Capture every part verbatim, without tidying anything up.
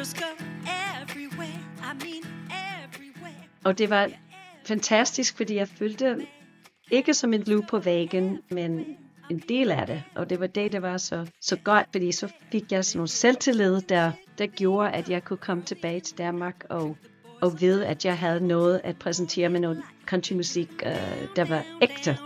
Og det var fantastisk, fordi jeg følte ikke som en lue på væggen, men en del af det. Og det var det, der var så, så godt, fordi så fik jeg sådan noget selvtillid, der, der gjorde, at jeg kunne komme tilbage til Danmark og, og vide, at jeg havde noget at præsentere med noget countrymusik, uh, der var ægte.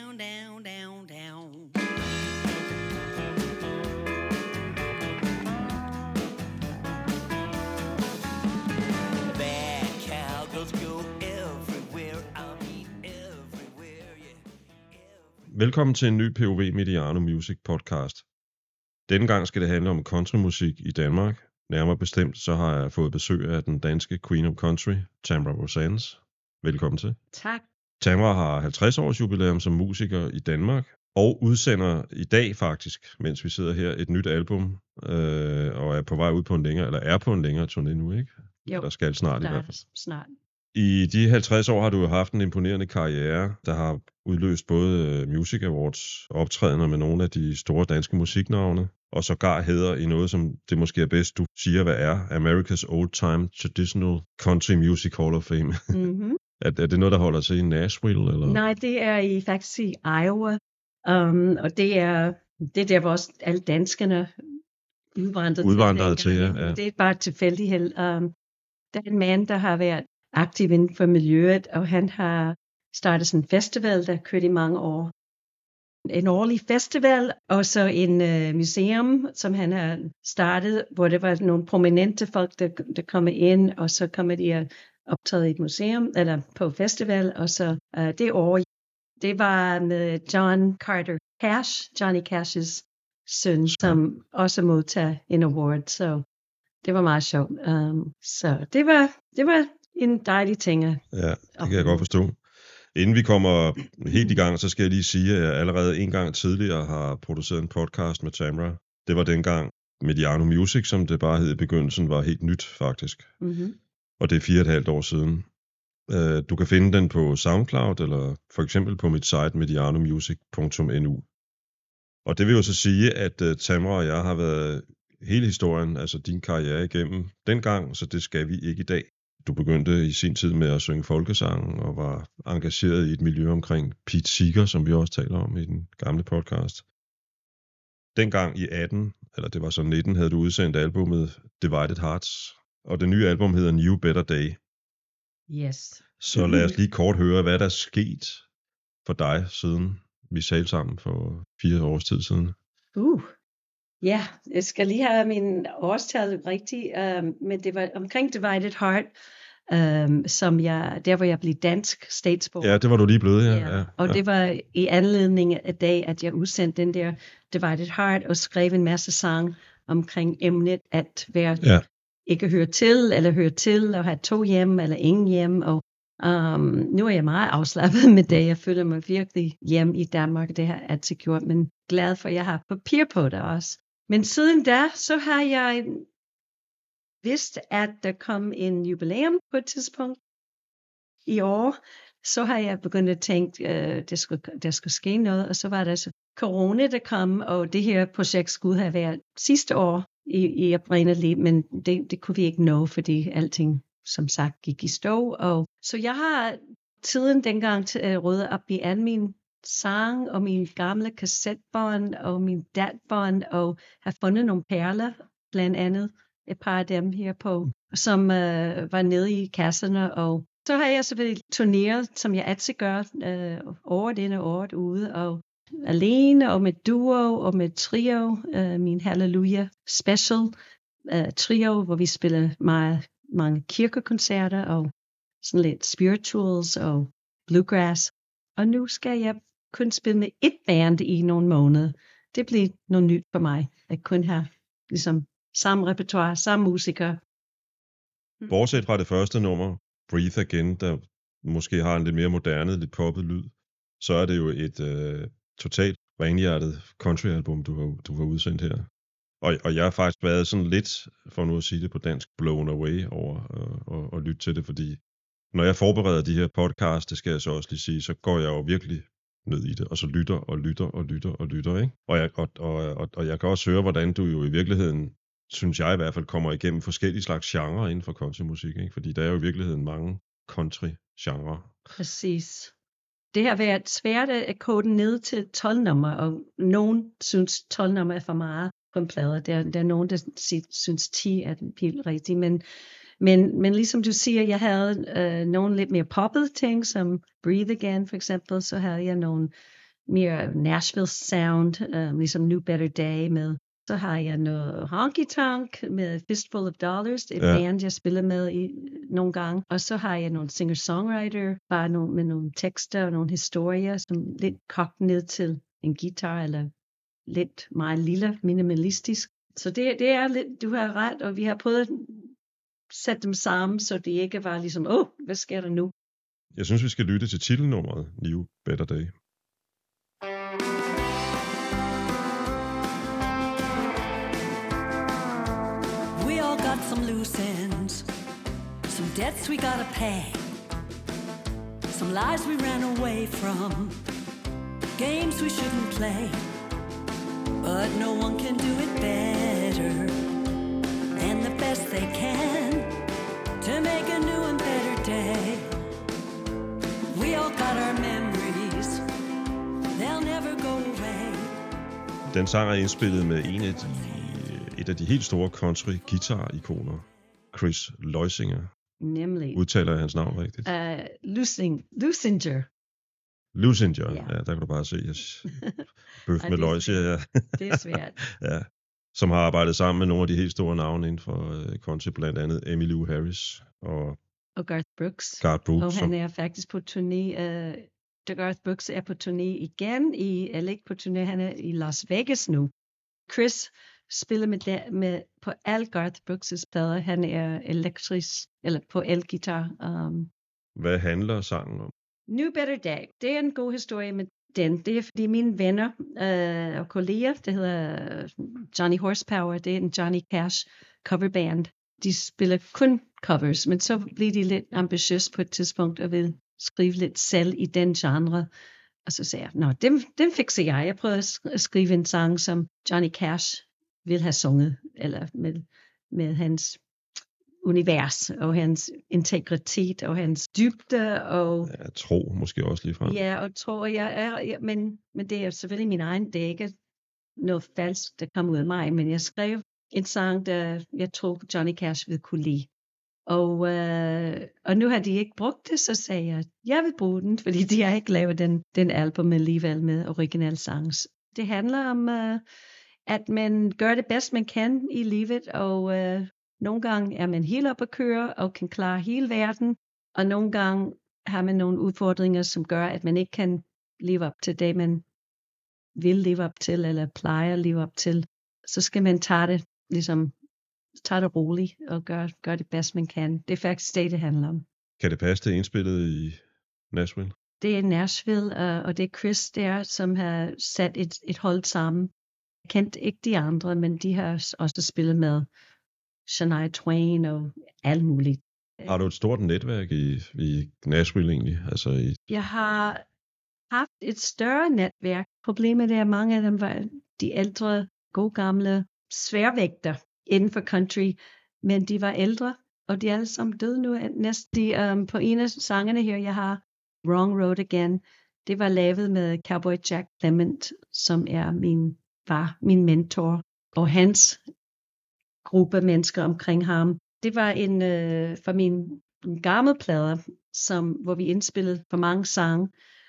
Velkommen til en ny P O V Mediano Music podcast. Denne gang skal det handle om countrymusik i Danmark. Nærmere bestemt så har jeg fået besøg af den danske Queen of Country, Tamra Rosanes. Velkommen til. Tak. Tamra har halvtreds års jubilæum som musiker i Danmark, og udsender i dag faktisk, mens vi sidder her, et nyt album, øh, og er på vej ud på en længere, eller er på en længere turné nu, ikke? Jo, der skal snart i hvert fald. Snart. I de halvtreds år har du haft en imponerende karriere, der har udløst både Music Awards optrædener med nogle af de store danske musiknavne, og sågar hedder i noget, som det måske er bedst, du siger, hvad er America's Old Time Traditional Country Music Hall of Fame. Mm-hmm. er, er det noget, der holder til i Nashville? Eller? Nej, det er i faktisk i Iowa, um, og det er, det er der, hvor også alle danskerne udvandrede, udvandrede til. til ja, ja. Det er bare tilfældighed. Um, der er en mand, der har været aktiv inden for miljøet, og han har startet sådan en festival, der kørte i mange år. En årlig festival, og så en uh, museum, som han har startet, hvor der var nogle prominente folk, der, der kommer ind, og så kommer de at optræde i et museum, eller på festival, og så uh, det år, det var med John Carter Cash, Johnny Cash's søn, som også modtager en award, så det var meget sjovt. Um, så det var, det var en dejlig ting. Ja, det kan jeg godt forstå. Inden vi kommer helt i gang, så skal jeg lige sige, at jeg allerede en gang tidligere har produceret en podcast med Tamra. Det var dengang Mediano Music, som det bare hed i begyndelsen, var helt nyt faktisk. Mm-hmm. Og det er fire og et halvt år siden. Du kan finde den på SoundCloud, eller for eksempel på mit site medianomusic punktum n u. Og det vil jo så sige, at Tamra og jeg har været hele historien, altså din karriere igennem dengang, så det skal vi ikke i dag. Du begyndte i sin tid med at synge folkesange og var engageret i et miljø omkring Pete Seeger, som vi også taler om i den gamle podcast. Dengang i atten, eller det var så nitten, havde du udsendt albumet Divided Hearts, og det nye album hedder New Better Day. Yes. Så lad os lige kort høre, hvad der er sket for dig, siden vi talte sammen for fire års tid siden. Uh. Ja, jeg skal lige have min årstal rigtigt, um, men det var omkring Divided Heart, um, som jeg, der hvor jeg blev dansk statsborger. Ja, det var du lige blevet, ja. ja. ja og ja. det var i anledning af dag, at jeg udsendte den der Divided Heart og skrev en masse sang omkring emnet at være ja. ikke høre til, eller høre til, og have to hjem, eller ingen hjem, og um, nu er jeg meget afslappet med det. Jeg føler mig virkelig hjem i Danmark, det har jeg altid gjort, men glad for, at jeg har papir på det også. Men siden da, så har jeg vidst, at der kom en jubilæum på et tidspunkt i år. Så har jeg begyndt at tænke, at uh, der, skulle, der skulle ske noget. Og så var der så corona, der kom, og det her projekt skulle have været sidste år i, i oprindeligt, men det, det kunne vi ikke nå, fordi alting, som sagt, gik i stå. Og så jeg har tiden dengang til at rydde op i alle mine sang og mine gamle kassettebånd og min datbånd og har fundet nogle perler, blandt andet et par af dem her på, som uh, var nede i kasserne. Og så har jeg selvfølgelig turneret, som jeg altid gør, uh, året ind og året ude, og alene og med duo og med trio, uh, min Hallelujah Special uh, trio, hvor vi spiller meget, mange kirkekoncerter og sådan lidt spirituals og bluegrass. Og nu skal jeg kun spille med et band i nogle måneder. Det bliver noget nyt for mig, at kun have ligesom samme repertoire, samme musikere. Bortset fra det første nummer, Breathe Again, der måske har en lidt mere moderne, lidt poppet lyd, så er det jo et øh, totalt renhjertet countryalbum, du har, du har udsendt her. Og, og jeg har faktisk været sådan lidt, for nu at sige det på dansk, blown away over at, at, at lytte til det, fordi når jeg forbereder de her podcasts, det skal jeg så også lige sige, så går jeg jo virkelig ned i det, og så lytter og lytter og lytter og lytter, ikke? Og jeg, og, og, og, og jeg kan også høre, hvordan du jo i virkeligheden synes jeg i hvert fald, kommer igennem forskellige slags genrer inden for countrymusik, ikke? Fordi der er jo i virkeligheden mange country-genrer. Præcis. Det har været svært at kode ned til tolv nummer, og nogen synes tolv nummer er for meget på en plade. Der, der er nogen, der synes ti er helt rigtigt, men, men, men ligesom du siger, jeg havde øh, nogle lidt mere poppede ting, som Breathe Again for eksempel, så havde jeg nogle mere Nashville sound, øh, ligesom New Better Day med. Så har jeg noget Honky Tonk med Fistful of Dollars, et Ja. band, jeg spiller med i nogle gange. Og så har jeg nogle singer-songwriter, bare nogle, med nogle tekster og nogle historier, som lidt kogt ned til en guitar, eller lidt meget lille, minimalistisk. Så det, det er lidt, du har ret, og vi har prøvet at sætte dem sammen, så det ikke var ligesom, åh, oh, hvad sker der nu? Jeg synes, vi skal lytte til titelnummeret New Better Day. Some loose ends, some debts we gotta pay, some lies we ran away from, games we shouldn't play, but no one can do it better and the best they can to make a new and better day. We all got our memories, they'll never go away. Den sang er indspillet med en af de et af de helt store country guitar-ikoner, Chris Loisinger. Nemlig. Udtaler jeg hans navn rigtigt? Uh, Lusing, Lusinger. Lusinger, ja. ja, der kan du bare se. Jeg bøf med løg, siger jeg. Det er svært. Ja, som har arbejdet sammen med nogle af de helt store navne inden for uh, country, blandt andet Emmylou Harris og, og Garth Brooks. Garth Brooks. Og han er faktisk på turné. Uh, Garth Brooks er på turné igen, i, eller ikke på turné, han er i Las Vegas nu. Chris spiller med, der, med på alle Garth Brooks' plader. Han er elektrisk, eller på elgitar. Um. Hvad handler sangen om? New Better Day. Det er en god historie med den. Det er fordi mine venner øh, og kolleger, det hedder Johnny Horsepower, det er en Johnny Cash coverband. De spiller kun covers, men så bliver de lidt ambitiøse på et tidspunkt og vil skrive lidt selv i den genre. Og så sagde jeg, nå, dem, dem fikser jeg. Jeg prøver at skrive en sang, som Johnny Cash vil have sunget, eller med, med hans univers, og hans integritet, og hans dybde, og... Ja, tro måske også lige frem. Ja, og tro, jeg er, ja, men, men det er selvfølgelig min egen, det er ikke noget falsk, der kom ud af mig, men jeg skrev en sang, der jeg tror Johnny Cash ville kunne lide. Og, øh, og nu har de ikke brugt det, så sagde jeg, jeg vil bruge den, fordi de har ikke lavet den, den album alligevel med original songs. Det handler om... Øh, at man gør det bedst, man kan i livet, og øh, nogle gange er man helt op at køre, og kan klare hele verden, og nogle gange har man nogle udfordringer, som gør, at man ikke kan leve op til det, man vil leve op til, eller plejer at leve op til. Så skal man tage det, ligesom, tage det roligt, og gøre, gøre det bedst, man kan. Det er faktisk det, det handler om. Kan det passe, det er indspillet i Nashville? Det er Nashville, øh, og det er Chris der, som har sat et, et hold sammen. Jeg kendte ikke de andre, men de har også spillet med Shania Twain og alt muligt. Har du et stort netværk i, i Nashville egentlig? Altså i... Jeg har haft et større netværk. Problemet er, at mange af dem var de ældre, gode gamle sværvægter inden for country, men de var ældre, og de er alle sammen døde nu. Næsten um, på en af sangene her, jeg har Wrong Road Again, det var lavet med Cowboy Jack Clement, som er min var min mentor, og hans gruppe mennesker omkring ham. Det var en øh, fra min gamle plader, som, hvor vi indspillede for mange sange,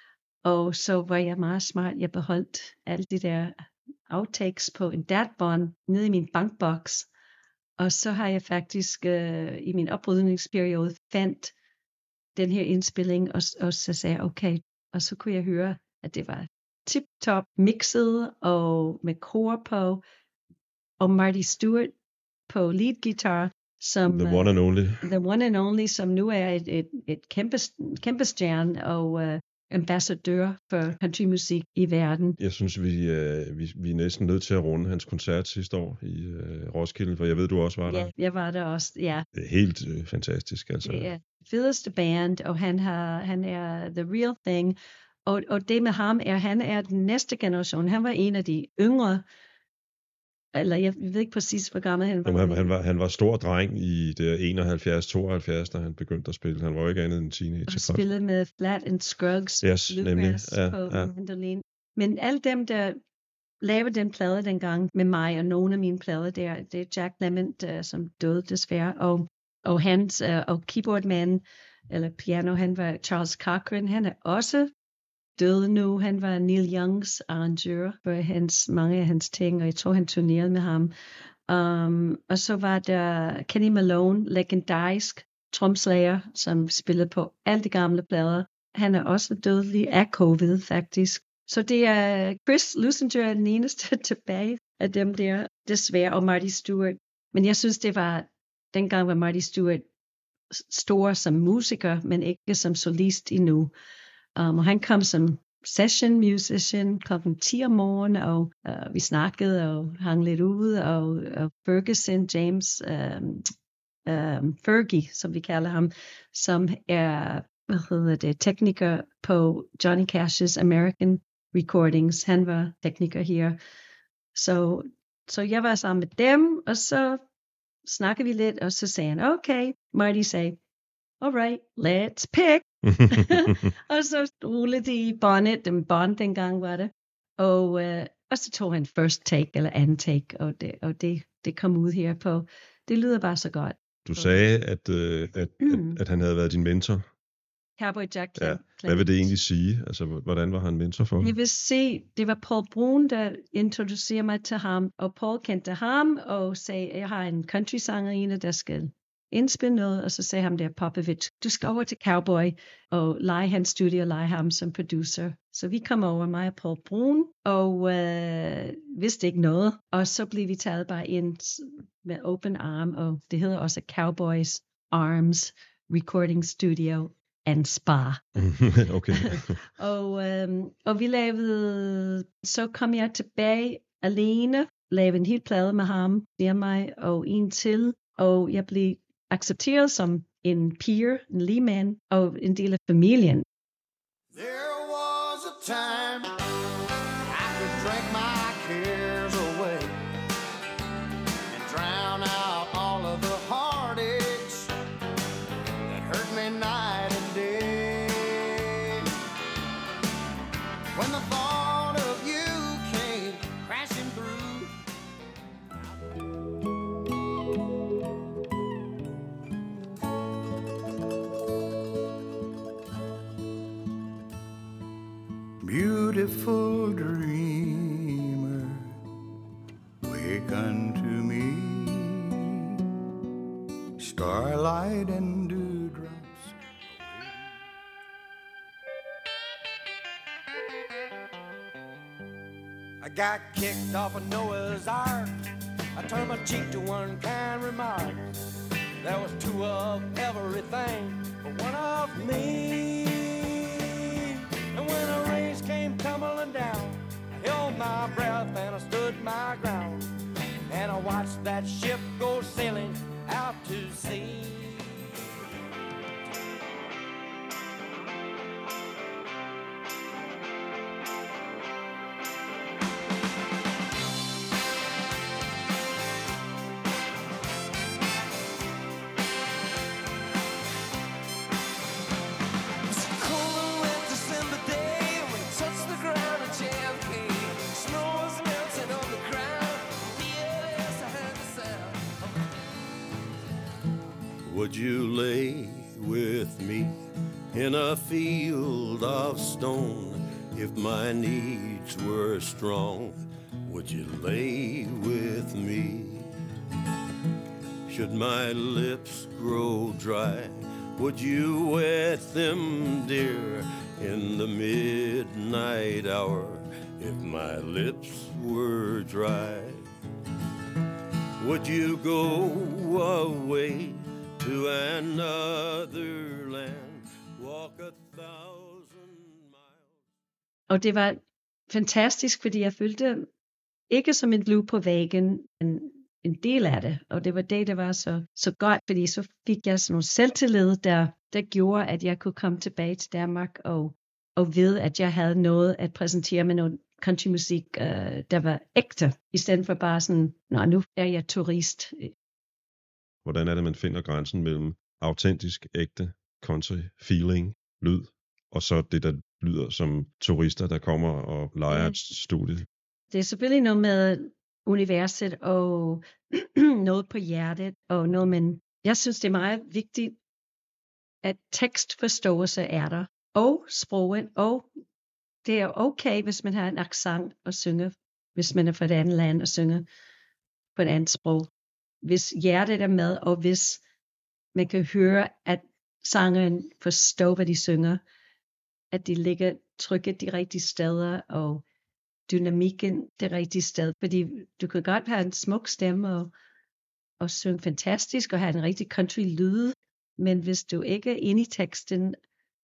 og så var jeg meget smart. Jeg beholdt alle de der outtakes på en datbånd nede i min bankboks, og så har jeg faktisk øh, i min oprydningsperiode fandt den her indspilling, og, og så sagde jeg, okay, og så kunne jeg høre, at det var tip-top mixet og med kor på, og Marty Stewart på lead guitar, som The one and only. Uh, the one and only, som nu er et, et, et kæmpe, kæmpe stjerne og uh, ambassadør for countrymusik i verden. Jeg synes, vi, øh, vi, vi er næsten nødt til at runde hans koncert sidste år i øh, Roskilde, for jeg ved, du også var der. Ja, jeg var der også, ja. Det er helt øh, fantastisk, altså. Det er fedeste band, og han, har, han er the real thing. Og, og det med ham er, han er den næste generation. Han var en af de yngre eller jeg ved ikke præcis, hvor gammel han var. Jamen, han, han, var, han var stor dreng i det enoghalvfjerds tooghalvfjerds, da han begyndte at spille. Han var jo ikke andet end en teenager. Og spillede med Flat and Scruggs yes, bluegrass ja, på ja. mandolin. Men alle dem, der lavede den plade dengang med mig, og nogle af mine plader der, det er Jack Lemmon, uh, som døde desværre, og, og hans, uh, og keyboardmanden, eller piano, han var Charles Cochran, han er også døde nu. Han var Neil Youngs arrangør for hans, mange af hans ting, og jeg tror, han turnerede med ham. Um, og så var der Kenny Malone, legendarisk tromslager, som spillede på alle de gamle plader. Han er også dødelig af covid, faktisk. Så det er Chris Lusinger er den eneste tilbage af dem der, desværre, og Marty Stewart. Men jeg synes, det var, dengang var Marty Stewart stor som musiker, men ikke som solist endnu. Um, og han kom som session musician klokken ti om morgenen, og uh, vi snakkede og hang lidt ude, og, og Ferguson, James um, um, Fergie, som vi kalder ham, som er hvad hedder det, tekniker på Johnny Cash's American Recordings. Han var tekniker her. Så, så jeg var sammen med dem, og så snakkede vi lidt, og så sagde han, okay, Marty sagde, all right, let's pick. Og så rullede de i båndet, den bånd dengang var det, og, øh, og så tog han first take, eller anden take, og det, og det, det kom ud her på, det lyder bare så godt. Du sagde, at, øh, at, mm. at, at han havde været din mentor. Cowboy Jack Clement. Ja. Hvad vil det egentlig sige? Altså, hvordan var han mentor for dig? Jeg vil se, det var Paul Brun, der introducerede mig til ham, og Paul kendte ham, og sagde, jeg har en country-sangerinde, der skal indspille noget, og så sagde ham der, Popovich, du skal over til Cowboy, og lege hans studie, og lege ham som producer. Så vi kom over, mig og Paul Brun, og øh, vidste ikke noget, og så blev vi taget bare ind med open arm, og det hedder også Cowboys Arms Recording Studio and Spa. Okay. og, øhm, og vi lavede, så kom jeg tilbage alene, lavede en helt plade med ham, der mig og en til, og jeg blev accepteret som en peer, en ligemand, og en del af familien. There was a time I could drink my cares away and drown out all of the heartaches that hurt me night and day. When the thought of you came crashing through, beautiful dreamer, wake unto me, starlight and dewdrops. I got kicked off of Noah's Ark. I turned my cheek to one kind remark. There was two of everything, but one of me. And when the rains came tumbling down, I held my breath and I stood my ground. And I watched that ship go sailing out to sea. Would you lay with me in a field of stone? If my needs were strong, would you lay with me? Should my lips grow dry, would you wet them, dear, in the midnight hour? If my lips were dry, would you go away to another land, walk a thousand miles? Og det var fantastisk, fordi jeg følte ikke som en lue på væggen, en, en del af det. Og det var det, der var så, så godt, fordi så fik jeg sådan nogle selvtillid, der, der gjorde, at jeg kunne komme tilbage til Danmark og, og vide, at jeg havde noget at præsentere med nogle countrymusik, uh, der var ægte, i stedet for bare sådan, nå, nu er jeg turist. Hvordan er det, man finder grænsen mellem autentisk, ægte country feeling, lyd, og så det, der lyder som turister, der kommer og leger et studie? Det er selvfølgelig noget med universet og noget på hjertet, og noget, men jeg synes, det er meget vigtigt, at tekstforståelse er der, og sproget, og det er okay, hvis man har en accent og synger, hvis man er fra et andet land og synger på et andet sprog. Hvis hjertet er med, og hvis man kan høre, at sangeren forstår, hvad de synger, at de ligger trykket de rigtige steder, og dynamikken det rigtige sted. Fordi du kan godt have en smuk stemme, og, og synge fantastisk, og have en rigtig country lyd, men hvis du ikke er inde i teksten,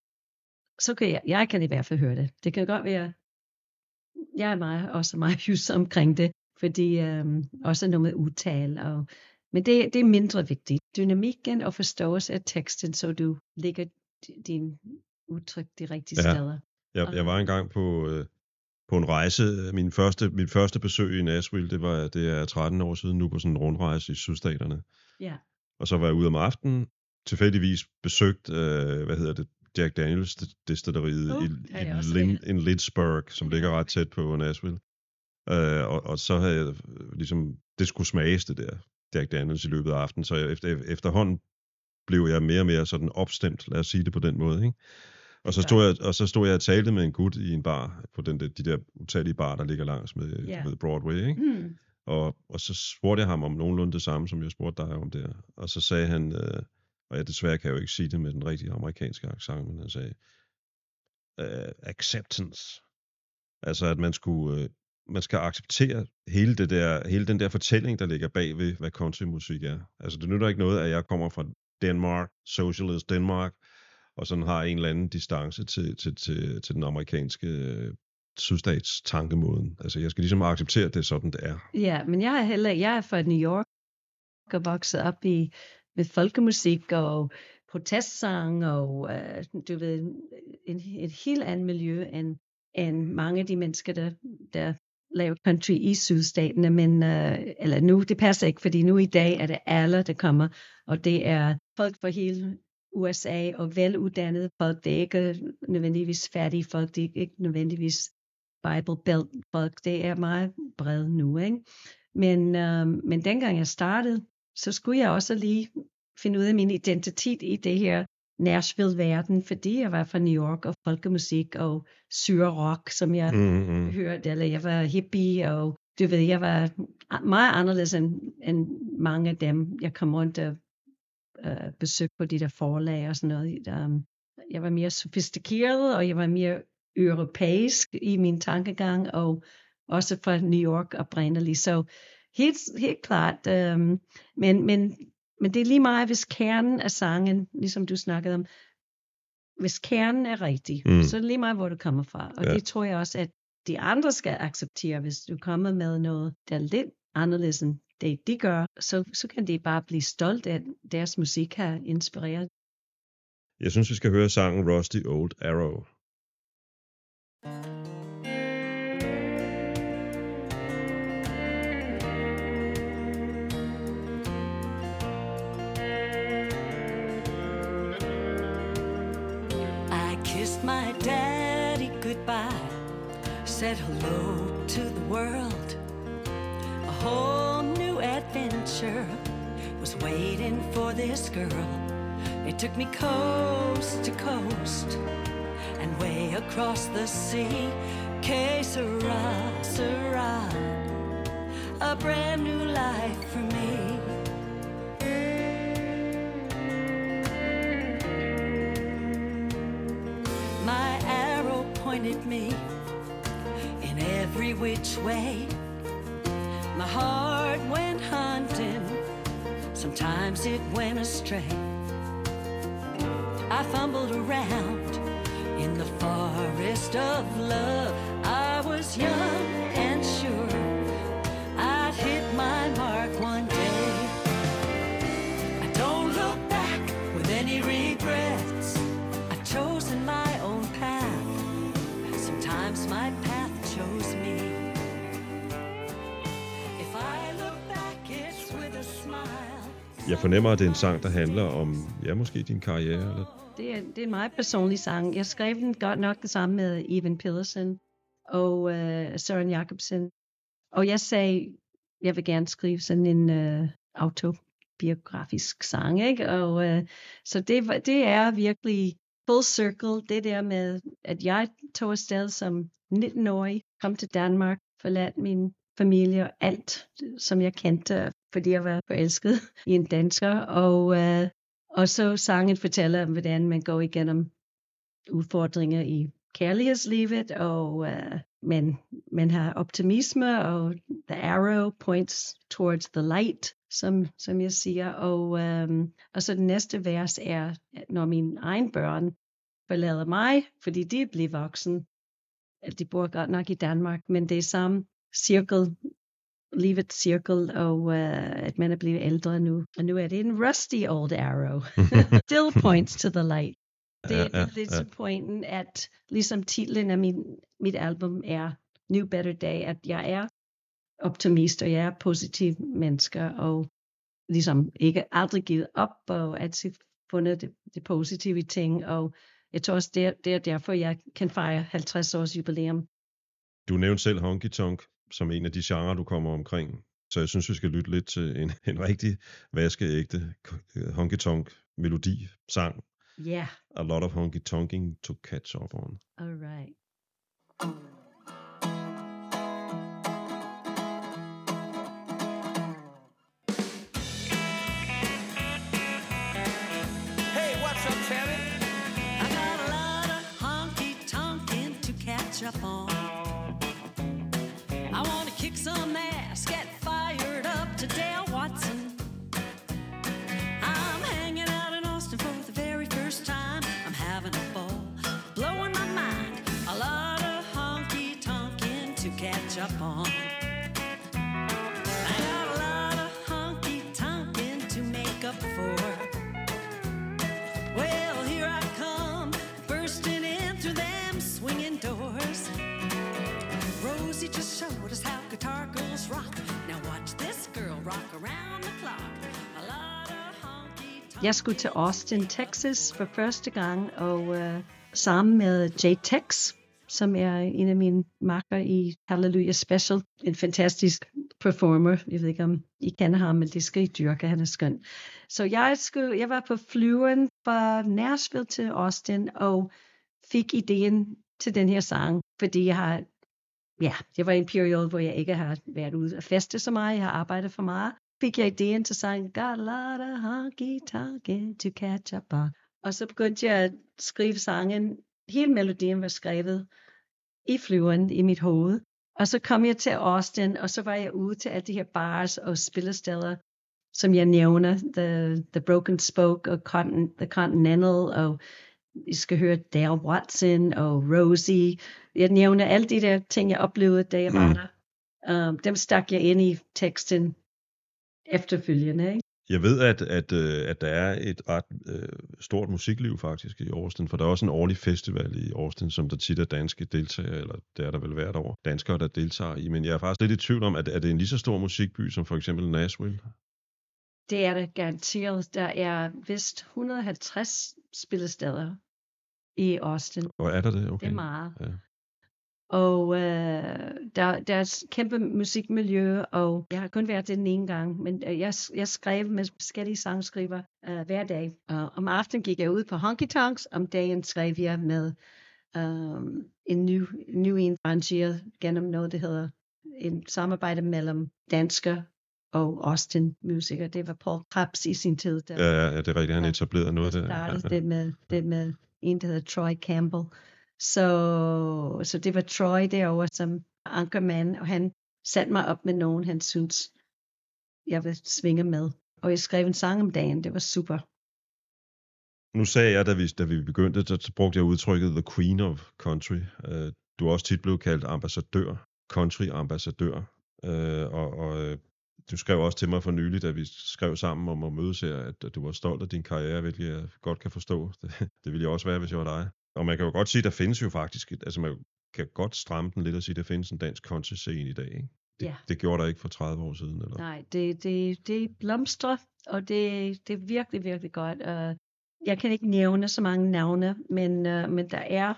så kan jeg, jeg kan i hvert fald høre det. Det kan godt være, jeg er meget, også meget hys omkring det, fordi øhm, også noget med udtale, og men det, det er mindre vigtigt. Dynamikken og forståelse af teksten, så du lægger din udtryk de rigtige ja. steder. Jeg, jeg var engang på, øh, på en rejse. Min første, mit første besøg i Nashville, det var det er tretten år siden nu, på sådan en rundrejse i sydstaterne. Ja. Og så var jeg ude om aftenen, tilfældigvis besøgt, øh, hvad hedder det, Jack Daniels destilleriet uh, i, i Lin, in Lynchburg, som ja. ligger ret tæt på Nashville. Øh, og, og så havde jeg ligesom, det skulle smages det der Jack Daniels i løbet af aftenen, så jeg, efter, efterhånden blev jeg mere og mere sådan opstemt, lad os sige det på den måde, ikke? Og så stod jeg, og så stod jeg og talte med en gut i en bar, på den der, de der utallige bar, der ligger langs med, yeah. med Broadway, ikke? Mm. Og, og så spurgte jeg ham om nogenlunde det samme, som jeg spurgte dig om der. Og så sagde han, øh, og jeg desværre kan jeg jo ikke sige det med den rigtige amerikanske accent, men han sagde, uh, acceptance. Altså at man skulle, øh, man skal acceptere hele, det der, hele den der fortælling, der ligger bag ved, hvad countrymusik er. Altså det nytter ikke noget, at jeg kommer fra Denmark, Socialist Denmark, og sådan har en eller anden distance til, til, til, til den amerikanske øh, sydstats tankemåden. Altså jeg skal ligesom acceptere, at det er sådan, det er. Ja, men jeg er heller, jeg er fra New York og vokset op i, med folkemusik og protestsang og øh, du ved, en, et helt andet miljø end, end mange af de mennesker, der, der laver country i sydstaterne, men øh, eller nu, det passer ikke, fordi nu i dag er det alle, der kommer, og det er folk fra hele U S A og veluddannede folk. Det er ikke nødvendigvis fattige folk, det er ikke nødvendigvis Bible Belt folk. Det er meget bredt nu, ikke? Men, øh, men dengang jeg startede, så skulle jeg også lige finde ud af min identitet i det her Nashville-verden, fordi jeg var fra New York og folkemusik og syre-rock, som jeg mm-hmm. hørte, eller jeg var hippie, og du ved, jeg var meget anderledes end, end mange af dem, jeg kom rundt og uh, besøgte på de der forlag og sådan noget. Um, jeg var mere sofistikeret, og jeg var mere europæisk i min tankegang, og også fra New York oprindeligt. Så helt, helt klart, um, men, men Men det er lige meget, hvis kernen af sangen, ligesom du snakkede om, hvis kernen er rigtig, mm. så er det lige meget, hvor du kommer fra. Og ja. Det tror jeg også, at de andre skal acceptere, hvis du kommer med noget, der er lidt anderledes end det, de gør, så, så kan de bare blive stolt af, at deres musik har inspireret. Jeg synes, vi skal høre sangen Rusty Old Arrow. My daddy goodbye, said hello to the world. A whole new adventure was waiting for this girl. It took me coast to coast and way across the sea. Que sera, sera, a brand new life for me. Pointed me in every which way. My heart went hunting, sometimes it went astray. I fumbled around in the forest of love. I was young and sure I'd hit my mark one day. I don't look back with any regrets. I've chosen my own path. Sometimes my path chose me. Jeg fornemmer, at det er en sang, der handler om, ja, måske din karriere, eller? Det er, det er en meget personlig sang. Jeg skrev den godt nok sammen med Evan Pedersen og øh, Søren Jacobsen. Og jeg sagde, jeg vil gerne skrive sådan en øh, autobiografisk sang, ikke? Og øh, så det, det er virkelig full circle, det der med, at jeg tog afsted som nitten-årig, kom til Danmark, forladt min familie og alt, som jeg kendte, fordi jeg var forelsket i en dansker. Og, øh, og så sangen fortæller om, hvordan man går igennem udfordringer i kærlighedslivet, og øh, man, man har optimisme, og the arrow points towards the light, som, som jeg siger. Og, øh, og så den næste vers er, når mine egen børn forlader mig, fordi de bliver voksen. De bor godt nok i Danmark, men det er samme cirkel, livets cirkel, og uh, at man er blevet ældre nu. Og nu er det en rusty old arrow. Still points to the light. Det, ja, ja, det er lidt ja. Pointen, at ligesom titlen af min, mit album er New Better Day, at jeg er optimist, og jeg er positiv menneske, og ligesom ikke aldrig givet op, og altid fundet det, det positive ting, og jeg tror også, det er, det er derfor, jeg kan fejre halvtreds års jubilæum. Du nævnte selv honky tonk som en af de genrer, du kommer omkring. Så jeg synes, vi skal lytte lidt til en, en rigtig vaskeægte honky tonk melodi, sang. Yeah. A lot of honky tonking to catch up on. All right. Up on. I want to kick some ass, get fired up to Dale Watson. I'm hanging out in Austin for the very first time. I'm having a ball, blowing my mind. A lot of honky tonkin' to catch up on. I got a lot of honky tonkin' to make up for. Well, here I come, bursting in through them swinging doors. Rosie just showed us how guitar girls rock. Now watch this girl rock around the clock. A lot of honky tonk. Jeg skulle til Austin, Texas for første gang, og uh, sammen med Jay Tex, som er en af mine makker i Hallelujah Special. En fantastisk performer. Jeg ved ikke, om I kender ham, men det skal I dyrke. Han er skøn. Så jeg, skulle, jeg var på flyven fra Nashville til Austin, og fik ideen til den her sang, fordi jeg har, ja, det var en periode, hvor jeg ikke har været ude at feste så meget, jeg har arbejdet for meget. Fik jeg ideen til sangen, got a lot of honky tonkin' to catch up on. Og så begyndte jeg at skrive sangen. Hele melodien var skrevet i flyveren i mit hoved. Og så kom jeg til Austin, og så var jeg ude til alle de her bars og spillesteder, som jeg nævner, The, the Broken Spoke og Cont- The Continental, og I skal høre Dale Watson og Rosie. Jeg nævner alle de der ting, jeg oplevede, da jeg var mm. der. Um, dem stak jeg ind i teksten efterfølgende. Ikke? Jeg ved, at, at, at der er et ret øh, stort musikliv faktisk i Austin, for der er også en årlig festival i Austin, som der tit er danske deltagere, eller det er der vel hvert år, danskere, der deltager i. Men jeg er faktisk lidt i tvivl om, at er det en lige så stor musikby som for eksempel Nashville? Det er det garanteret. Der er vist et hundrede og halvtreds spillesteder i Austin. Og er der det? Okay. Det er meget. Ja. Og øh, der, der er et kæmpe musikmiljø, og jeg har kun været det den ene gang, men jeg, jeg skrev med forskellige sangskriver øh, hver dag. Uh, om aftenen gik jeg ud på honky tonks, om dagen skrev jeg med um, en ny, ny en arrangeret gennem noget, der hedder en samarbejde mellem dansker og Austin-musikere. Det var Paul Krebs i sin tid. Der, ja, ja, det er rigtigt. Han etablerede noget af det. startede ja, ja. det, med, det med en, der hedder Troy Campbell. Så, så det var Troy derovre som ankermand, og han satte mig op med nogen, han syntes, jeg ville svinge med. Og jeg skrev en sang om dagen, det var super. Nu sagde jeg, da vi, da vi begyndte, så brugte jeg udtrykket The Queen of Country. Du er også tit blevet kaldt ambassadør, country-ambassadør. Og, og du skrev også til mig for nylig, da vi skrev sammen om at mødes her, at du var stolt af din karriere, hvilket jeg godt kan forstå. Det, det ville jeg også være, hvis jeg var dig. Og man kan jo godt sige, der findes jo faktisk, altså man kan godt stramme den lidt og sige, der findes en dansk country-scene i dag, ikke? Det, Ja. det gjorde der ikke for tredive år siden, eller? Nej, det, det, det blomstrer, og det, det er virkelig, virkelig godt. Uh, jeg kan ikke nævne så mange navne, men, uh, men der er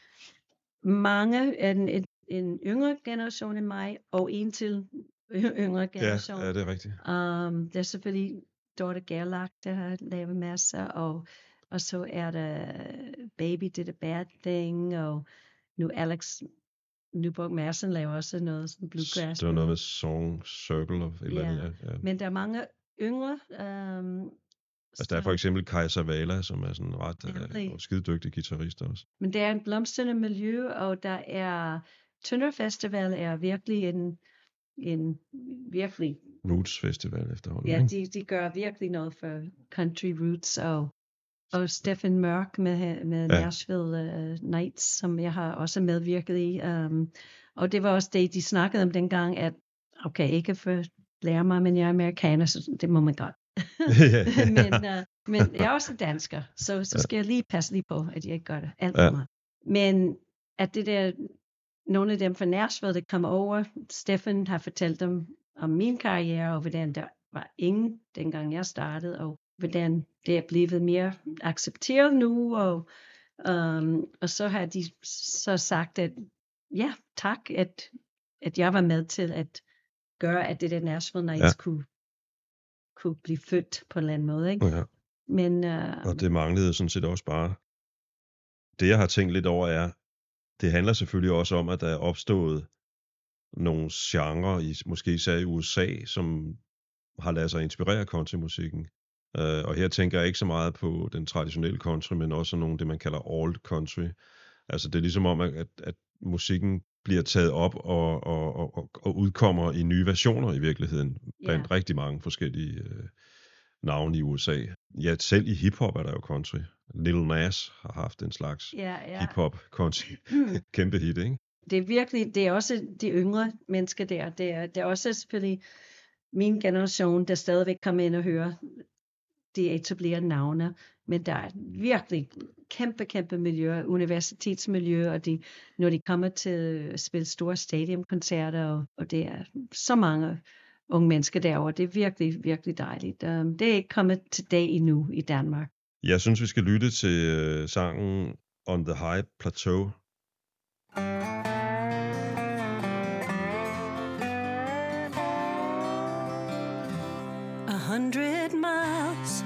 mange, en, en, en yngre generation end mig, og en til yngre generation. Ja, ja, det er rigtigt. Um, der er selvfølgelig Dorte Gerlach, der har lavet masser, og, og så er der Baby Did a Bad Thing, og nu Alex Nyborg Madsen laver også noget som bluegrass. Det var noget med Song Circle of et eller andet, Ja, ja. ja. men der er mange yngre. Um, Altså der er for eksempel Kajsa Vala, som er sådan ret Nemlig. uh, skide dygtig guitarist også. Men det er en blomstrende miljø, og der er Tønder Festival er virkelig en, en virkelig, Roots Festival efterhånden. ja, ikke? de, de gør virkelig noget for country roots, og, og Steffen Mørk med, med Ja. Nashville uh, Nights, som jeg har også medvirket i. Um, og det var også det, de snakkede om dengang, at okay, ikke for lære mig, men jeg er amerikaner, så det må man godt. men, uh, men jeg er også dansker, så, så skal jeg lige passe lige på, at jeg ikke gør det alt for Ja. meget. Men at det der, nogle af dem fra Nashville, der kommer over, Steffen har fortalt dem om min karriere, og hvordan der var ingen, dengang jeg startede, og hvordan det er blevet mere accepteret nu, og, um, og så har de så sagt, at ja, tak, at, at jeg var med til at gøre, at det der Nashville Nights Ja. kunne, kunne blive født på en eller anden måde, ikke? Ja. Men, uh, Og det manglede sådan set også bare. Det jeg har tænkt lidt over er, det handler selvfølgelig også om, at der er opstået nogle genrer, i, måske især i U S A, som har ladet sig inspirere af countrymusikken. Uh, og her tænker jeg ikke så meget på den traditionelle country, men også nogle det, man kalder alt country. Altså det er ligesom om, at, at musikken bliver taget op og, og, og, og udkommer i nye versioner i virkeligheden, blandt Ja. rigtig mange forskellige uh, navne i U S A. Ja, selv i hiphop er der jo country. Lil Nas har haft en slags ja, ja. hiphop country. Kæmpe hit, ikke? Det er virkelig, det er også de yngre mennesker der. Det er, det er også selvfølgelig min generation, der stadigvæk kommer ind og hører de etablerede navne. Men der er virkelig kæmpe, kæmpe miljø, universitetsmiljø, og de, når de kommer til at spille store stadionkoncerter, og, og det er så mange unge mennesker derovre. Det er virkelig, virkelig dejligt. Um, det er ikke kommet til dag endnu i Danmark. Jeg synes, vi skal lytte til uh, sangen On the High Plateau. A hundred miles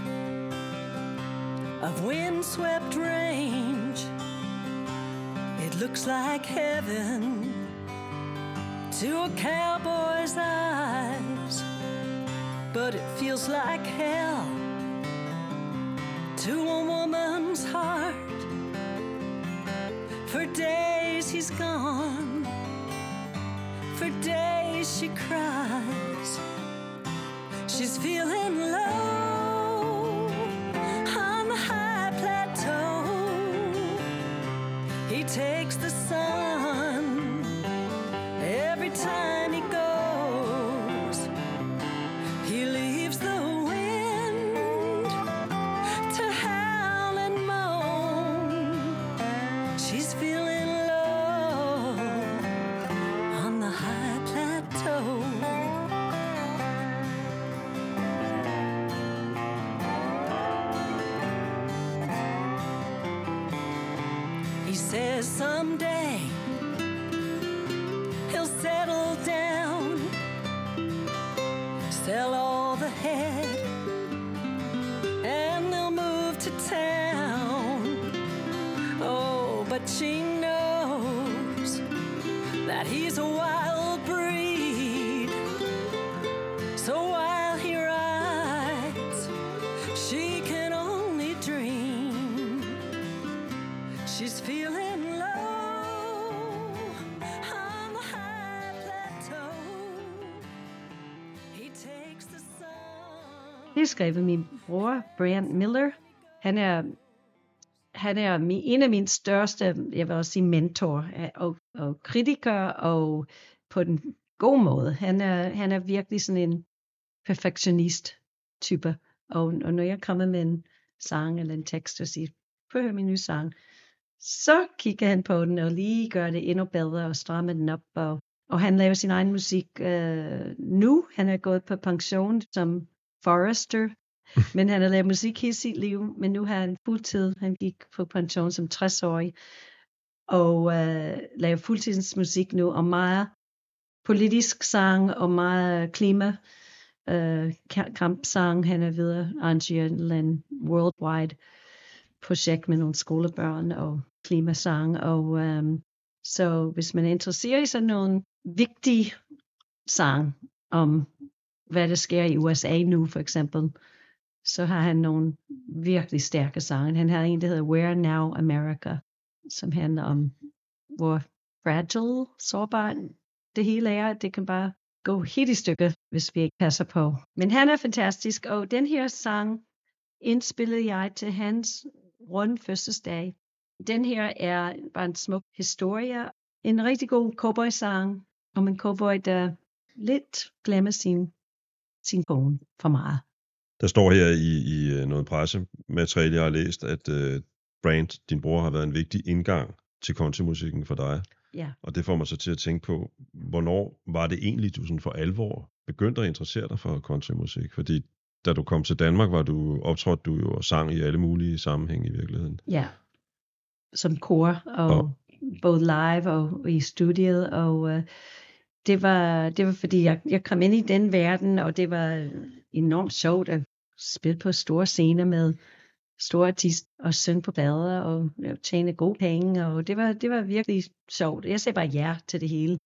of windswept range. It looks like heaven to a cowboy's eyes, but it feels like hell to a woman's heart. For days he's gone, for days she cries. She's feeling low on the high plateau. He takes the sun every time he goes. He leaves the wind to howl and moan. She's feeling low on the high plateau. He says someday he'll settle down, sell all the head, and they'll move to town. Oh, but she knows that he's a wild breed. So while he rides, she can only dream. She's feeling low on the high plateau. He takes the sun. Det er skrevet min bror, Brian Miller. Han er, han er min, en af mine største, jeg vil også sige, mentor og, og kritiker, og på den gode måde. Han er, han er virkelig sådan en perfektionist-type. Og, og når jeg kommer med en sang eller en tekst og siger, prøv at høre min nye sang, så kigger han på den og lige gør det endnu bedre og strammer den op. Og, Og han laver sin egen musik øh, nu. Han er gået på pension som forester, men han har lavet musik hele sit liv, men nu har han fuldtid. Han gik på pension som tres-årig, og øh, laver fuldtidsmusik nu, og meget politisk sang, og meget klima, øh, kampsang. Han er ved at arrangere en worldwide projekt med nogle skolebørn og klimasang, og øh, så hvis man er interesseret i sådan nogle vigtige sang om, hvad der sker i U S A nu, for eksempel, så har han nogle virkelig stærke sange. Han har en, der hedder Where Now America, som handler om, hvor fragile, sårbart det hele er. Det kan bare gå helt i stykker, hvis vi ikke passer på. Men han er fantastisk, og den her sang indspillede jeg til hans runde fødselsdag. Den her er bare en smuk historie. En rigtig god cowboy-sang om en cowboy, der lidt glemmer sin, sin kone for meget. Der står her i, i noget pressemateriale, jeg har læst, at uh, Brant, din bror, har været en vigtig indgang til countrymusikken for dig. Ja. Og det får mig så til at tænke på, hvornår var det egentlig, du sådan for alvor begyndte at interessere dig for countrymusik? Fordi da du kom til Danmark, var du optrådte du jo og sang i alle mulige sammenhænge i virkeligheden. Ja, som kor, og oh. både live og i studiet, og uh, det var det var fordi jeg, jeg kom ind i den verden, og det var enormt sjovt at spille på store scener med store artister og synge på bader og tjene gode penge, og det var det var virkelig sjovt. Jeg sagde bare ja til det hele.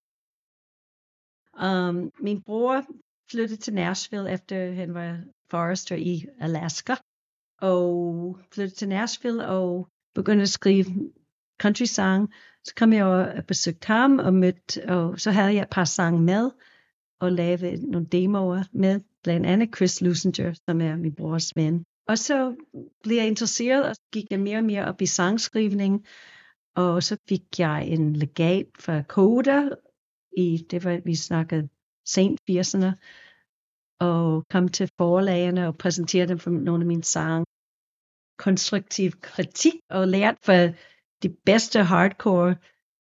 Um, min bror flyttede til Nashville efter han var forester i Alaska, og flyttede til Nashville og begyndte at skrive country sang. Så kom jeg og besøgte ham og mødte, og så havde jeg et par sange med og lavede nogle demoer med, blandt andet Chris Lusinger, som er min brors ven. Og så blev jeg interesseret, og gik jeg mere og mere op i sangskrivning, og så fik jeg en legat fra Coda, i det var, vi snakkede sent firserne, og kom til forlagene og præsenterede dem for nogle af mine sange. Konstruktiv kritik, og lærte for de bedste hardcore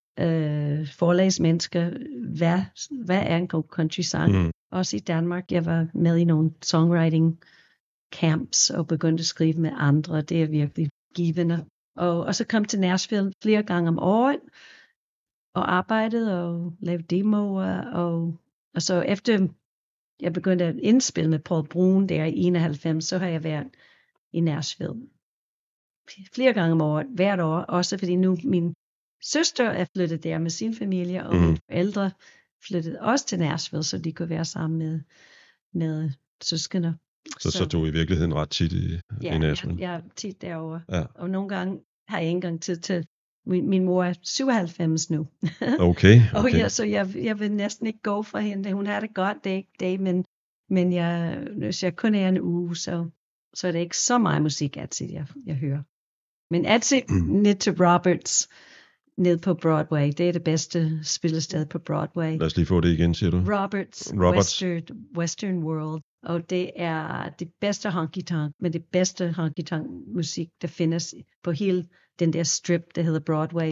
øh, forlagsmennesker, hvad, hvad er en god country sang. Mm. Også i Danmark, jeg var med i nogle songwriting camps og begyndte at skrive med andre. Det er virkelig givende. Og, og så kom til Nashville flere gange om året og arbejdede og lavede demoer. Og, og så efter jeg begyndte at indspille med Paul Brun der i enoghalvfems, så har jeg været i Nashville flere gange om året, hvert år. Også fordi nu min søster er flyttet der med sin familie, og mm. mine forældre flyttede også til Nashville, så de kunne være sammen med, med søskende. Så, så, så du er i virkeligheden ret tit i, ja, i Nashville? Ja, jeg er tit derovre. Ja. Og nogle gange har jeg ikke engang tid til. Min, min mor er syvoghalvfems nu. Okay. okay. Og ja, så jeg, jeg vil næsten ikke gå fra hende. Hun har det godt, det er ikke det, men, men jeg, hvis jeg kun er en uge, så, så er det ikke så meget musik, altid jeg, jeg hører. Men altid ned til Roberts, ned på Broadway. Det er det bedste spillested på Broadway. Lad os lige få det igen, siger du. Roberts, Roberts. Western, Western World. Og det er det bedste honky-tonk, men det bedste honky-tonk musik, der findes på hele den der strip, der hedder Broadway.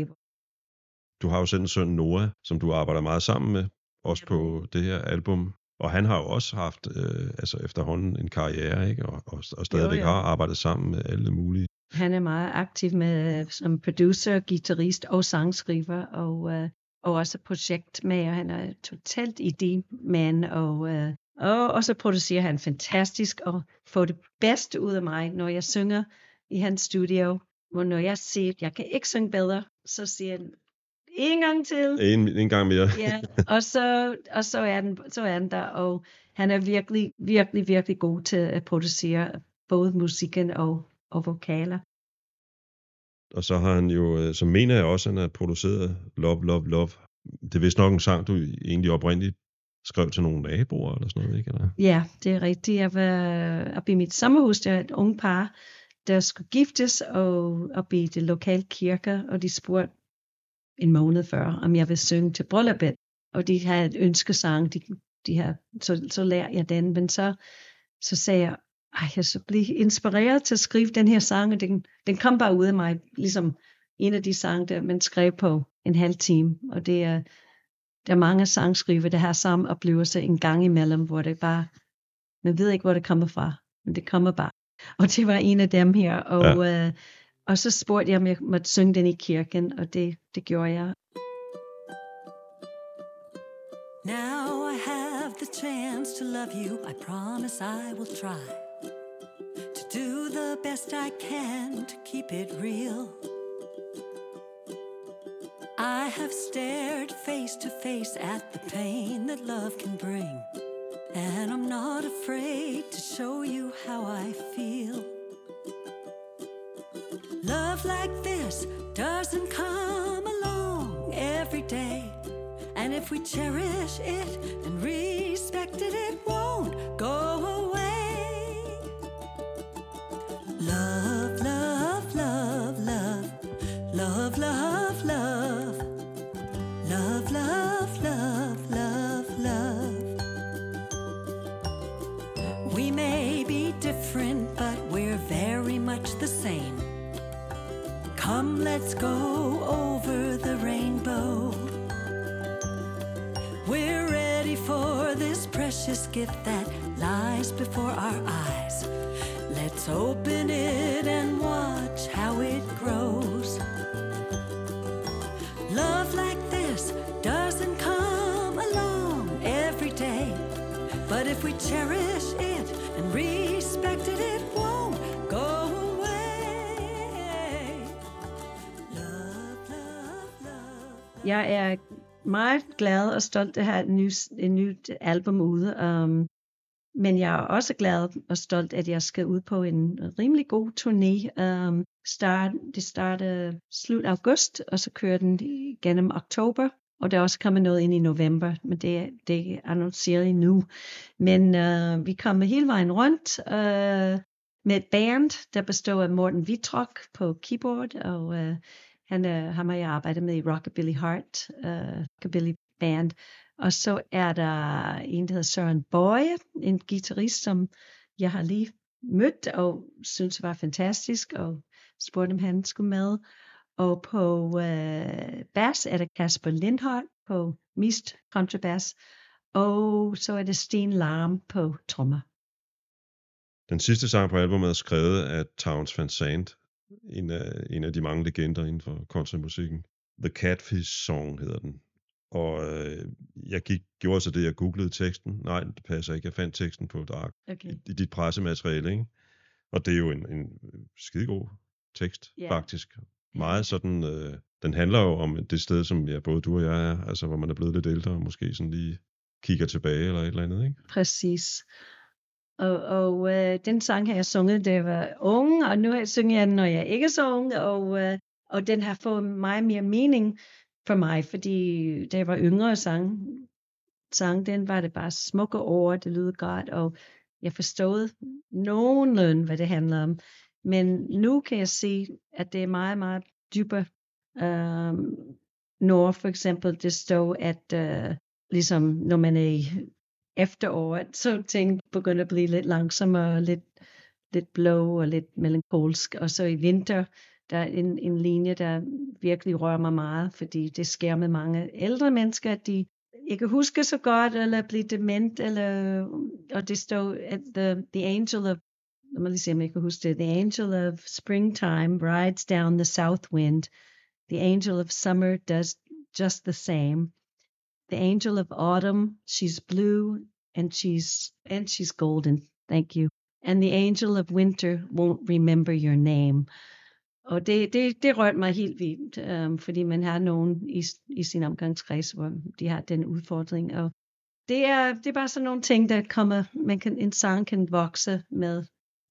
Du har jo selv en søn, Noah, som du arbejder meget sammen med, også ja. På det her album. Og han har jo også haft, øh, altså efterhånden, en karriere, ikke? Og, og, og stadigvæk jo, jo. har arbejdet sammen med alle mulige. Han er meget aktiv med, som producer, guitarist og sangskriver, og, øh, og også projektmager. Han er totalt idémand, og, øh, og, og så producerer han fantastisk, og får det bedste ud af mig, når jeg synger i hans studio. Og når jeg siger, at jeg kan ikke synge bedre, så siger han, en gang til. En, en gang mere. Ja, og så, og så er den, så er den der, og han er virkelig, virkelig, virkelig god til at producere både musikken og, og vokaler. Og så har han jo, så mener jeg også, at han har produceret Love, Love, Love. Det er vist nok en sang, du egentlig oprindeligt skrev til nogle naboer eller sådan noget, ikke? Eller? Ja, det er rigtigt. Jeg var oppe i mit sommerhus, der er et unge par, der skulle giftes, og oppe i det lokale kirke, og de spurgte en måned før, om jeg vil synge til brylluppet. Og de havde et ønskesang, de, de her, så, så lærte jeg den, men så, så sagde jeg, ej, jeg så blev inspireret til at skrive den her sang, og den, den kom bare ud af mig, ligesom en af de sange, der man skrev på en halv time, og det er, der er mange sangskrivere, der har samme oplevelse en gang imellem, hvor det bare, man ved ikke, hvor det kommer fra, men det kommer bare. Og det var en af dem her, og, ja. øh, og så spurgte jeg, om jeg måtte synge den i kirken, og det, det gjorde jeg. Now I have the chance to love you, I promise I will try to do the best I can to keep it real. I have stared face to face at the pain that love can bring, and I'm not afraid to show you how I feel. Love like this doesn't come along every day, and if we cherish it and respect it, it won't go away. Love, love, love, love, love, love, love, love, love, love, love, love. We may be different, but we're very much the same. Come, let's go over the rainbow. We're ready for this precious gift that lies before our eyes. Let's open it and watch how it grows. Love like this doesn't come along every day, but if we cherish it and respect it, it won't go away. Love, love, love. Jeg er meget glad og stolt at have et nyt, et nyt album ude, um, men jeg er også glad og stolt, at jeg skal ud på en rimelig god turné. Um, start, det starter slut august, og så kører den gennem oktober, og der er også kommet noget ind i november, men det, det er annonceret nu. Men uh, vi kommer hele vejen rundt uh, med et band, der består af Morten Wittrock på keyboard, og uh, han er, ham har jeg arbejdet med i Rockabilly Heart, uh, Rockabilly Band. Og så er der en, der hedder Søren Bøje, en guitarist, som jeg har lige mødt og synes var fantastisk, og spurgte, om han skulle med. Og på uh, bass er der Kasper Lindholm på mist kontrabass, og så er det Sten Larm på trommer. Den sidste sang på albumet er skrevet af Townes Van Zandt, en af, en af de mange legender inden for countrymusikken. The Catfish Song hedder den. Og øh, jeg gik, gjorde så det, jeg googlede teksten. Nej, det passer ikke. Jeg fandt teksten på et ark Okay. i, i dit pressemateriale, ikke? Og det er jo en, en skidegod tekst, Ja. faktisk. Meget sådan, øh, den handler jo om det sted, som ja, både du og jeg er, altså hvor man er blevet lidt ældre, og måske sådan lige kigger tilbage eller et eller andet, ikke? Præcis. Og, og øh, den sang har jeg sunget, da jeg var ung, og nu synger jeg den, når jeg ikke er så ung, og, øh, og den har fået meget mere mening for mig, fordi da jeg var yngre og sang, sang den, var det bare smukke ord, det lyder godt, og jeg forstod nogenlunde, hvad det handler om. Men nu kan jeg se, at det er meget, meget dybere. Um, når for eksempel det står, at uh, ligesom når man er i efteråret, så ting begynder at blive lidt langsommere, lidt, lidt blå og lidt melankolsk. Og så i vinter, der er en, en linje, der virkelig rører mig meget, fordi det sker med mange ældre mennesker, at de ikke husker så godt, eller bliver dement, eller, og det står, at the, the angel of, lad mig lige se, om jeg kan huske det, the angel of springtime rides down the south wind. The angel of summer does just the same. The angel of autumn, she's blue, and she's, and she's golden. Thank you. And the angel of winter won't remember your name. Og det, det, det rørte mig helt vildt, um, fordi man har nogen i, i sin omgangskreds, hvor de har den udfordring. Og det er, det er bare sådan nogle ting, der kommer, man kan, en sang kan vokse med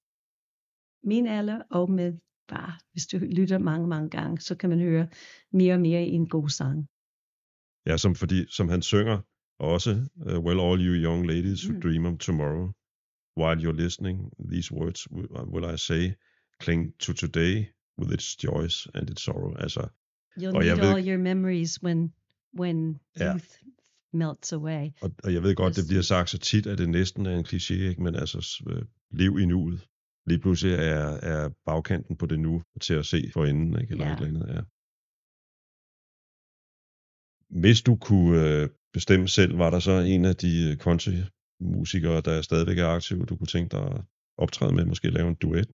min alder, og med bare, hvis du lytter mange, mange gange, så kan man høre mere og mere i en god sang. Ja, som, fordi, som han synger også, uh, well, all you young ladies who mm. dream of tomorrow, while you're listening, these words will, will I say, cling to today, with its joys and its sorrow. Altså, You'll og need jeg ved, all your memories when, when ja. youth melts away. Og, og jeg ved godt, det bliver sagt så tit, at det næsten er en kliché, ikke? Men altså, øh, liv i nuet. Lige pludselig er, er bagkanten på det nu til at se for enden, ikke? Eller Ja. et eller andet, ja. Hvis du kunne øh, bestemme selv, var der så en af de country-musikere, der stadigvæk er aktive, du kunne tænke dig at optræde med, måske lave en duet?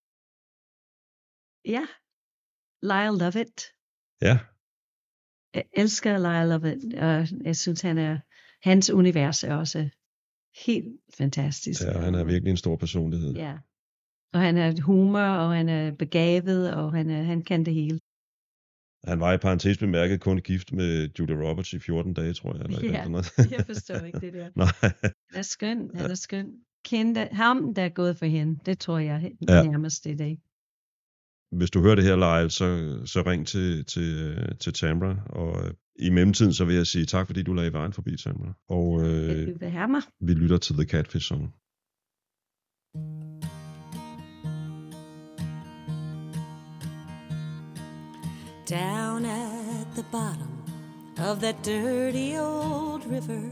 Ja, Lyle Lovett. Ja. Jeg elsker Lyle Lovett, og jeg synes, han er, hans univers er også helt fantastisk. Ja, han er virkelig en stor personlighed. Ja, og han er humor, og han er begavet, og han, er, han kan det hele. Han var i parentes bemærket kun gift med Julia Roberts i fjorten dage, tror jeg. Eller ja, noget. Jeg forstår ikke det der. Nej. Han er skøn, han er skøn. Kende ham, der er gået for hende, det tror jeg Ja. nærmest i dag. Hvis du hører det her, Lyle, så, så ring til, til, til Tamra, og øh, i mellemtiden så vil jeg sige tak, fordi du lagde vejen forbi, Tamra. Og øh, Du vil have mig. vi lytter til The Catfish Song. Down at the bottom of that dirty old river,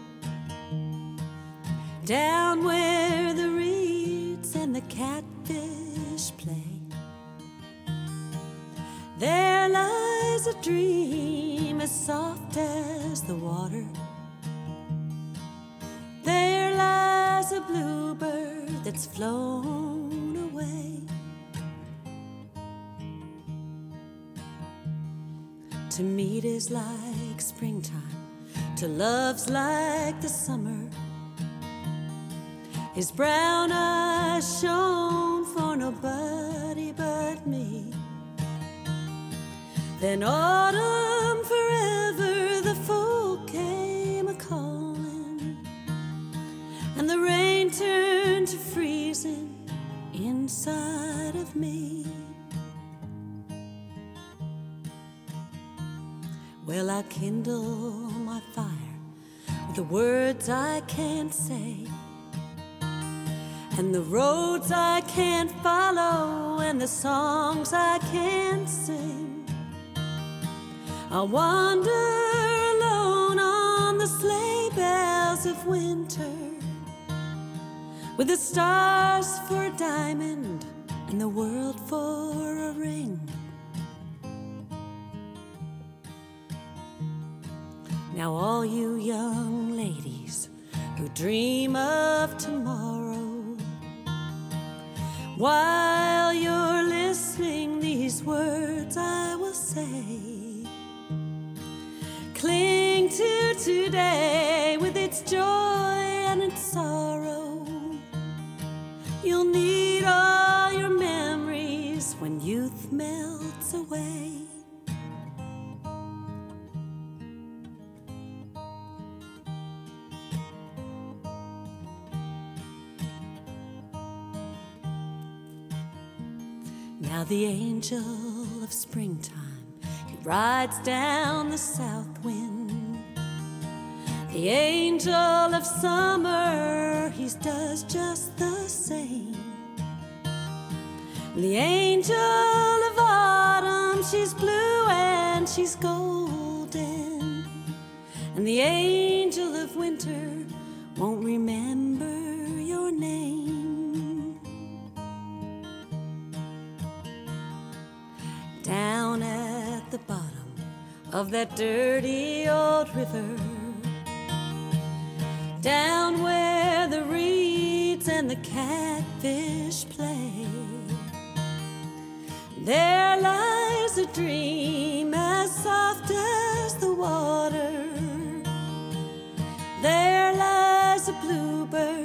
down where the reeds and the catfish play, there lies a dream as soft as the water. There lies a bluebird that's flown away. To meet is like springtime, to love's like the summer. His brown eyes shone for nobody but me. Then autumn forever, the folk came a-calling, and the rain turned to freezing inside of me. Well, I kindle my fire with the words I can't say, and the roads I can't follow, and the songs I can't sing. I wander alone on the sleigh bells of winter, with the stars for a diamond and the world for a ring. Now all you young ladies who dream of tomorrow, while you're listening, these words I will say. Cling to today with its joy and its sorrow. You'll need all your memories when youth melts away. Now the angel of springtime, he rides down the south wind. The angel of summer, he does just the same. The angel of autumn, she's blue and she's golden. And the angel of winter won't remember your name. Down at the bottom of that dirty old river, down where the reeds and the catfish play, there lies a dream as soft as the water. There lies a bluebird